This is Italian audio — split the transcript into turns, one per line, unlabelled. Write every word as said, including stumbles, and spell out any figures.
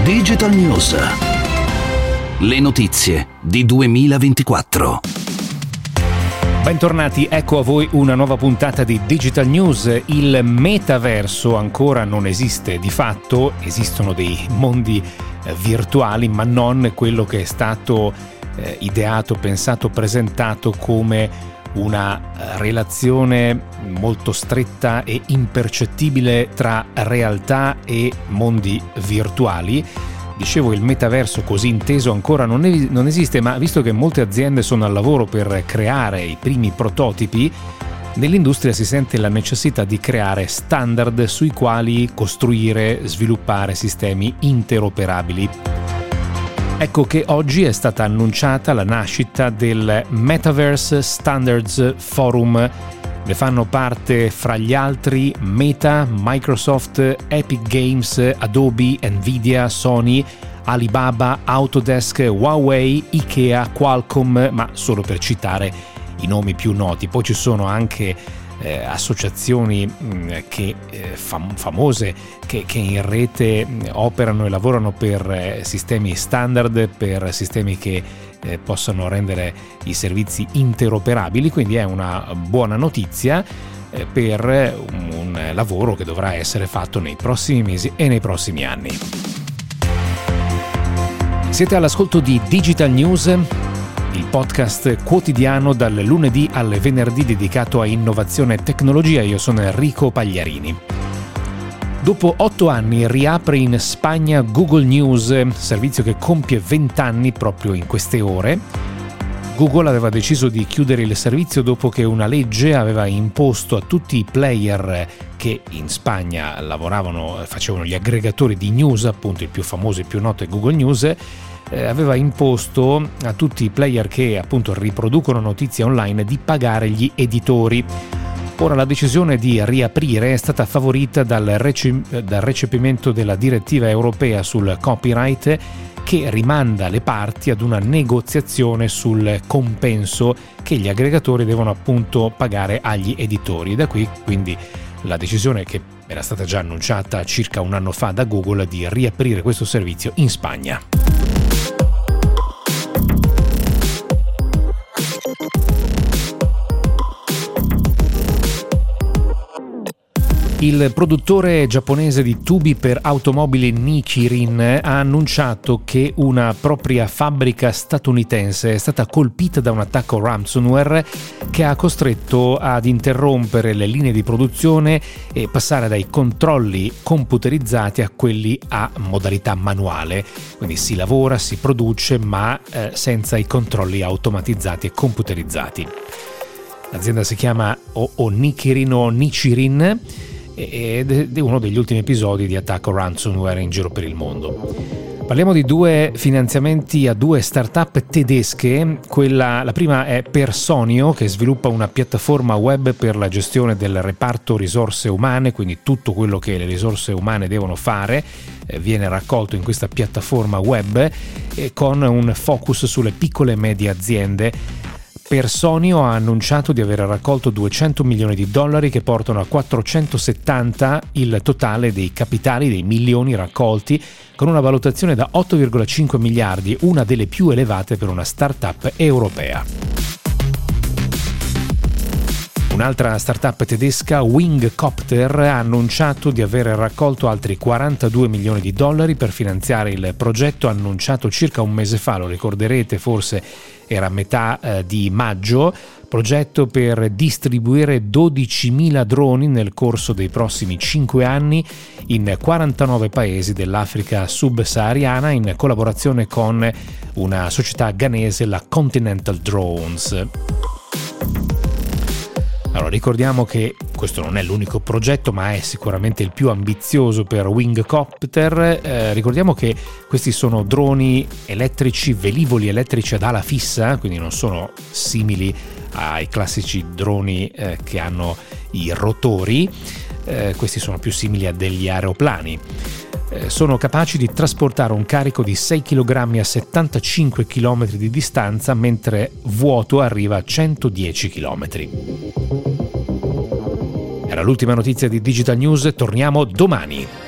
Digital News. Le notizie di duemilaventiquattro.
Bentornati, ecco a voi una nuova puntata di Digital News. Il metaverso ancora non esiste di fatto, esistono dei mondi eh, virtuali, ma non quello che è stato eh, ideato, pensato, presentato come una relazione molto stretta e impercettibile tra realtà e mondi virtuali. Dicevo, il metaverso così inteso ancora non, è, non esiste, ma visto che molte aziende sono al lavoro per creare i primi prototipi, nell'industria si sente la necessità di creare standard sui quali costruire, sviluppare sistemi interoperabili. Ecco che oggi è stata annunciata la nascita del Metaverse Standards Forum. Ne fanno parte fra gli altri Meta, Microsoft, Epic Games, Adobe, Nvidia, Sony, Alibaba, Autodesk, Huawei, Ikea, Qualcomm, ma solo per citare i nomi più noti. Poi ci sono anche eh, associazioni mh, che, eh, fam- famose che, che in rete mh, operano e lavorano per eh, sistemi standard, per sistemi che eh, possano rendere i servizi interoperabili, quindi è una buona notizia eh, per un, un lavoro che dovrà essere fatto nei prossimi mesi e nei prossimi anni. Siete all'ascolto di Digital News, il podcast quotidiano dal lunedì al venerdì dedicato a innovazione e tecnologia. Io sono Enrico Pagliarini. Dopo otto anni riapre in Spagna Google News, servizio che compie venti anni proprio in queste ore. Google aveva deciso di chiudere il servizio dopo che una legge aveva imposto a tutti i player che in Spagna lavoravano, facevano gli aggregatori di news, appunto il più famoso e più noto è Google News, eh, aveva imposto a tutti i player che appunto riproducono notizie online di pagare gli editori. Ora la decisione di riaprire è stata favorita dal, rece- dal recepimento della direttiva europea sul copyright, che rimanda le parti ad una negoziazione sul compenso che gli aggregatori devono appunto pagare agli editori. Da qui quindi la decisione, che era stata già annunciata circa un anno fa da Google, di riaprire questo servizio in Spagna. Il produttore giapponese di tubi per automobili Nichirin ha annunciato che una propria fabbrica statunitense è stata colpita da un attacco ransomware che ha costretto ad interrompere le linee di produzione e passare dai controlli computerizzati a quelli a modalità manuale. Quindi si lavora, si produce, ma eh, senza i controlli automatizzati e computerizzati. L'azienda si chiama o, o Nichirin o Nichirin ed è uno degli ultimi episodi di attacco ransomware in giro per il mondo. Parliamo di due finanziamenti a due start-up tedesche. Quella, la prima è Personio, che sviluppa una piattaforma web per la gestione del reparto risorse umane, quindi tutto quello che le risorse umane devono fare eh, viene raccolto in questa piattaforma web eh, con un focus sulle piccole e medie aziende. Personio ha annunciato di aver raccolto duecento milioni di dollari, che portano a quattrocentosettanta il totale dei capitali, dei milioni raccolti, con una valutazione da otto virgola cinque miliardi, una delle più elevate per una startup europea. Un'altra startup tedesca, Wingcopter, ha annunciato di aver raccolto altri quarantadue milioni di dollari per finanziare il progetto annunciato circa un mese fa, lo ricorderete, forse era a metà eh, di maggio, progetto per distribuire dodicimila droni nel corso dei prossimi cinque anni in quarantanove paesi dell'Africa subsahariana, in collaborazione con una società ghanese, la Continental Drones. Allora, ricordiamo che questo non è l'unico progetto, ma è sicuramente il più ambizioso per Wingcopter. Eh, ricordiamo che questi sono droni elettrici, velivoli elettrici ad ala fissa, quindi non sono simili ai classici droni eh, che hanno i rotori. Eh, questi sono più simili a degli aeroplani. Eh, sono capaci di trasportare un carico di sei chilogrammi a settantacinque chilometri di distanza, mentre vuoto arriva a centodieci chilometri. Era l'ultima notizia di Digital News, torniamo domani.